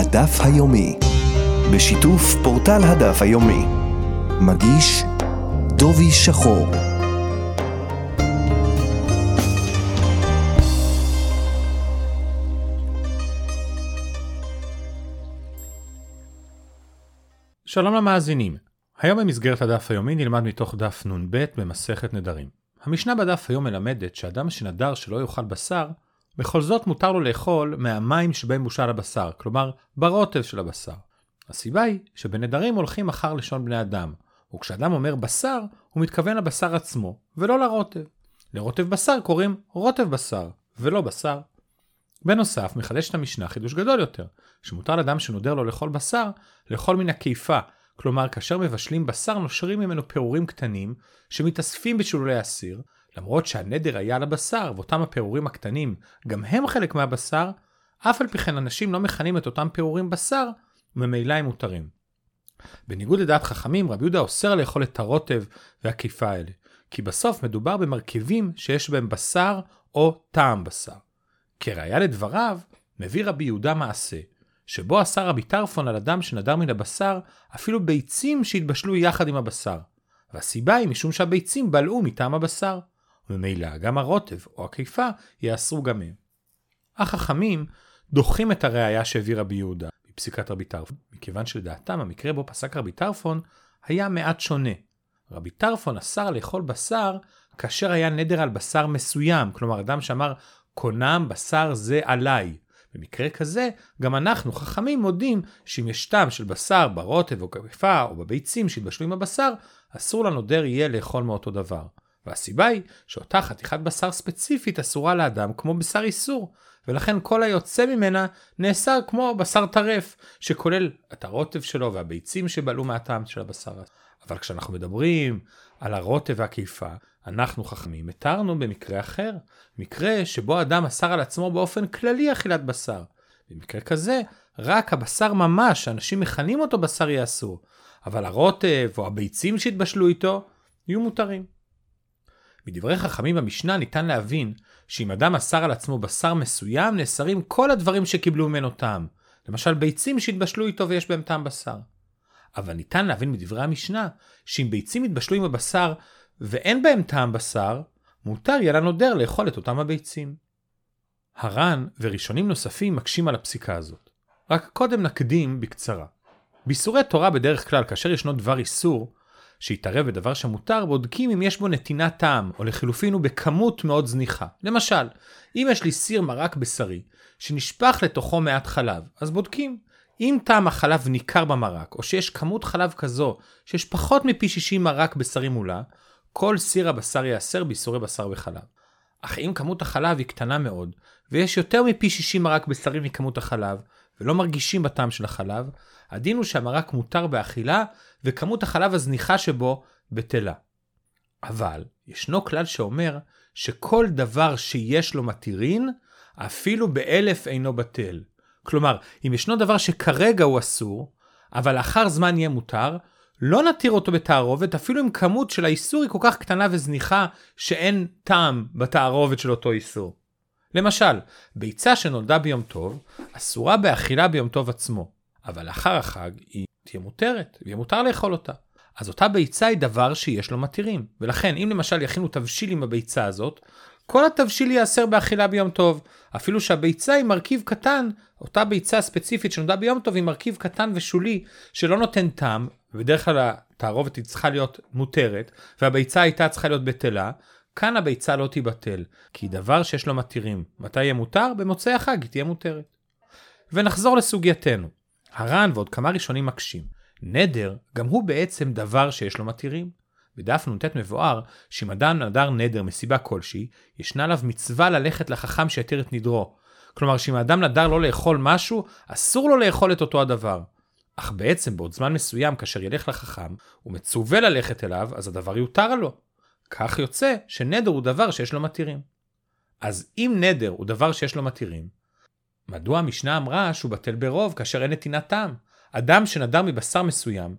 הדף היומי, בשיתוף פורטל הדף היומי. מגיש דובי שחור. שלום למאזינים. היום במסגרת הדף היומי נלמד מתוך דף נ"ב במסכת נדרים. המשנה בדף היום מלמדת שאדם שנדר שלא יאכל בשר, בכל זאת מותר לו לאכול מהמים שבהם בושל הבשר, כלומר ברוטב של הבשר. הסיבה היא שבנדרים הולכים אחר לשון בני אדם, וכשאדם אומר בשר, הוא מתכוון לבשר עצמו, ולא לרוטב. לרוטב בשר קוראים רוטב בשר, ולא בשר. בנוסף, מחדשת המשנה חידוש גדול יותר, שמותר לאדם שנודר לו לאכול בשר, לאכול מן הקיפה, כלומר כאשר מבשלים בשר נושרים ממנו פירורים קטנים, שמתאספים בשולי הסיר, למרות שהנדר היה על הבשר, ואותם הפירורים הקטנים גם הם חלק מהבשר, אף על פי כן אנשים לא מכנים את אותם פירורים בשר, וממילא הם מותרים. בניגוד לדעת חכמים, רבי יהודה אוסר לאכול את הרוטב והקיפה האלה, כי בסוף מדובר במרכיבים שיש בהם בשר או טעם בשר. כראיה לדבריו, מביא רבי יהודה מעשה, שבו אסר רבי טרפון על אדם שנדר מן הבשר, אפילו ביצים שהתבשלו יחד עם הבשר. והסיבה היא משום שהביצים בלעו מטעם הבשר, וממילא גם הרוטב או הקיפה יאסרו גם הם. החכמים דוחים את הראיה שהביא רבי יהודה בפסיקת רבי טרפון, מכיוון שלדעתם המקרה בו פסק רבי טרפון היה מעט שונה. רבי טרפון אסר לאכול בשר כאשר היה נדר על בשר מסוים, כלומר אדם שאמר קונם בשר זה עליי. במקרה כזה גם אנחנו חכמים מודים שאם יש טעם של בשר ברוטב או בקיפה או בביצים שהתבשלו עם הבשר, אסור לנודר יהיה לאכול מאותו דבר. והסיבה היא שאותה חתיכת בשר ספציפית אסורה לאדם כמו בשר איסור, ולכן כל היוצא ממנה נאסר כמו בשר טרף, שכולל את הרוטב שלו והביצים שבלעו מהטעם של הבשר. אבל כשאנחנו מדברים על הרוטב והקיפה, אנחנו חכמים מתרנו במקרה אחר, מקרה שבו אדם אסר על עצמו באופן כללי אכילת בשר. במקרה כזה, רק הבשר ממש, שאנשים מכנים אותו בשר יהיה אסור, אבל הרוטב או הביצים שהתבשלו איתו יהיו מותרים. מדברי חכמים במשנה ניתן להבין שאם אדם אסר על עצמו בשר מסוים, נאסרים כל הדברים שקיבלו ממנו טעם, למשל ביצים שהתבשלו איתו ויש בהם טעם בשר. אבל ניתן להבין מדברי המשנה שאם ביצים התבשלו עם הבשר ואין בהם טעם בשר, מותר יהיה לנודר לאכול את אותם הביצים. הר"ן וראשונים נוספים מקשים על הפסיקה הזאת. רק קודם נקדים בקצרה. באיסורי תורה בדרך כלל כאשר ישנו דבר איסור, שיתערב בדבר שמותר, בודקים אם יש בו נתינת טעם, או לחילופין הוא בכמות מאוד זניחה. למשל, אם יש לי סיר מרק בשרי, שנשפך לתוכו מעט חלב, אז בודקים. אם טעם החלב ניכר במרק, או שיש כמות חלב כזו, שיש פחות מפי 60 מרק בשרי מולה, כל סיר הבשר יאסר באיסורי בשר וחלב. אך אם כמות החלב היא קטנה מאוד, ויש יותר מפי 60 מרק בשרי מכמות החלב, ולא מרגישים בטעם של החלב, הדין הוא שהמרק מותר באכילה, וכמות החלב הזניחה שבו בטלה. אבל ישנו כלל שאומר שכל דבר שיש לו מתירין, אפילו באלף אינו בטל. כלומר, אם ישנו דבר שכרגע הוא אסור, אבל לאחר זמן יהיה מותר, לא נתיר אותו בתערובת, אפילו אם כמות של האיסור היא כל כך קטנה וזניחה, שאין טעם בתערובת של אותו איסור. למשל, ביצה שנולדה ביום טוב, אסורה באכילה ביום טוב עצמו, אבל לאחר החג היא תהיה מותרת, ויהיה מותר לאכול אותה. אז אותה ביצה היא דבר שיש לו מתירים, ולכן אם למשל יכינו תבשיל עם הביצה הזאת, כל התבשיל יאסר באכילה ביום טוב, אפילו שהביצה היא מרכיב קטן, אותה ביצה ספציפית שנולדה ביום טוב היא מרכיב קטן ושולי, שלא נותן טעם, ובדרך כלל התערובת היא צריכה להיות מותרת, והביצה הייתה צריכה להיות בטלה, כאן הביצה לא תיבטל, כי דבר שיש לו מתירים. מתי יהיה מותר? במוצאי החג היא תהיה מותרת. ונחזור לסוגייתנו. הר"ן ועוד כמה ראשונים מקשים. נדר גם הוא בעצם דבר שיש לו מתירים. בדף נ"ט מבואר שאם אדם נדר נדר מסיבה כלשהי, ישנה עליו מצווה ללכת לחכם שיתיר את נדרו. כלומר שאם האדם נדר לא לאכול משהו, אסור לו לאכול את אותו הדבר. אך בעצם בעוד זמן מסוים כאשר ילך לחכם, הוא מצווה ללכת אליו, אז הדבר יותר לו. כך יוצא שנדר הוא דבר שיש לו מתירים. אז אם נדר הוא דבר שיש לו מתירים, מדוע המשנה אמרה שהוא בטל ברוב כאשר אין נתינת טעם? אדם שנדר מבשר מסוים,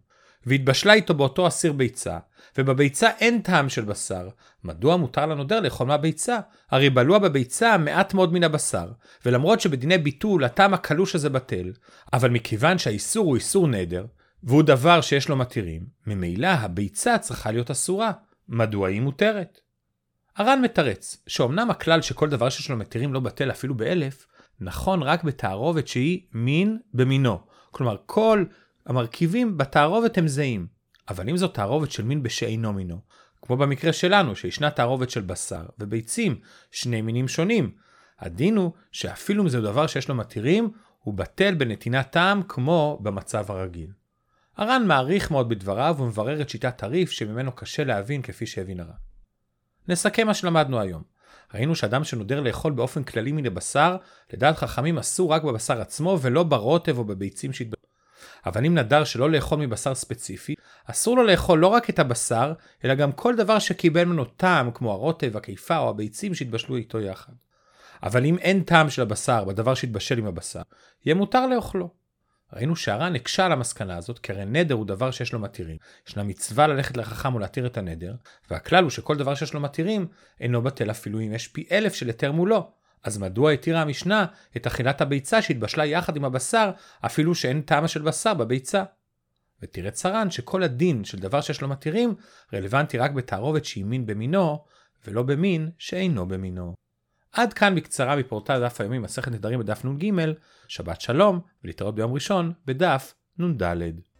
והתבשלה איתו באותו אסיר ביצה, ובביצה אין טעם של בשר, מדוע מותר לנודר לאכול מהביצה? הרי בלוע בביצה מעט מאוד מן הבשר, ולמרות שבדיני ביטול הטעם הקלוש הזה בטל, אבל מכיוון שהאיסור הוא איסור נדר, והוא דבר שיש לו מתירים, ממילא הביצה צריכה להיות אסורה, מדוע היא מותרת? הר"ן מתרץ, שאומנם הכלל שכל דבר שיש לו מתירים לא בטל אפילו ב1,000, נכון רק בתערובת שהיא מין במינו, כלומר כל המרכיבים בתערובת הם זהים, אבל אם זו תערובת של מין בשאינו מינו, כמו במקרה שלנו שישנה תערובת של בשר וביצים, שני מינים שונים, הדין הוא שאפילו אם זה דבר שיש לו מתירים, הוא בטל בנתינת טעם כמו במצב הרגיל. הר"ן מעריך מאוד בדבריו ומברר את שיטת הריף שממנו קשה להבין כפי שהבין הר"ן. נסכם מה שלמדנו היום. ראינו שאדם שנודר לאכול באופן כללי מן הבשר, לדעת חכמים אסור רק בבשר עצמו ולא ברוטב או בביצים שהתבשלו. אבל אם נדר שלא לאכול מבשר ספציפי, אסור לו לאכול לא רק את הבשר, אלא גם כל דבר שקיבל ממנו טעם, כמו הרוטב, הקיפה או הביצים שהתבשלו איתו יחד. אבל אם אין טעם של הבשר בדבר שהתבשל עם הבשר, יהיה מותר לאכולו. ראינו שהר"ן הקשה על המסקנה הזאת, כי הרי נדר הוא דבר שיש לו מתירים. ישנה מצווה ללכת לחכם ולהתיר את הנדר, והכלל הוא שכל דבר שיש לו מתירים, אינו בטל אפילו אם יש פי 1,000 של היתר מולו. אז מדוע התירה המשנה את אכילת הביצה שהתבשלה יחד עם הבשר, אפילו שאין טעם של בשר בביצה? ותראה הר"ן שכל הדין של דבר שיש לו מתירים, רלוונטי רק בתערובת שהיא מין במינו, ולא במין שאינו במינו. עד כאן בקצרה מפורטל דף היומי מסכת נדרים בדף נ"ג, שבת שלום ולהתראות ביום ראשון בדף נ"ד.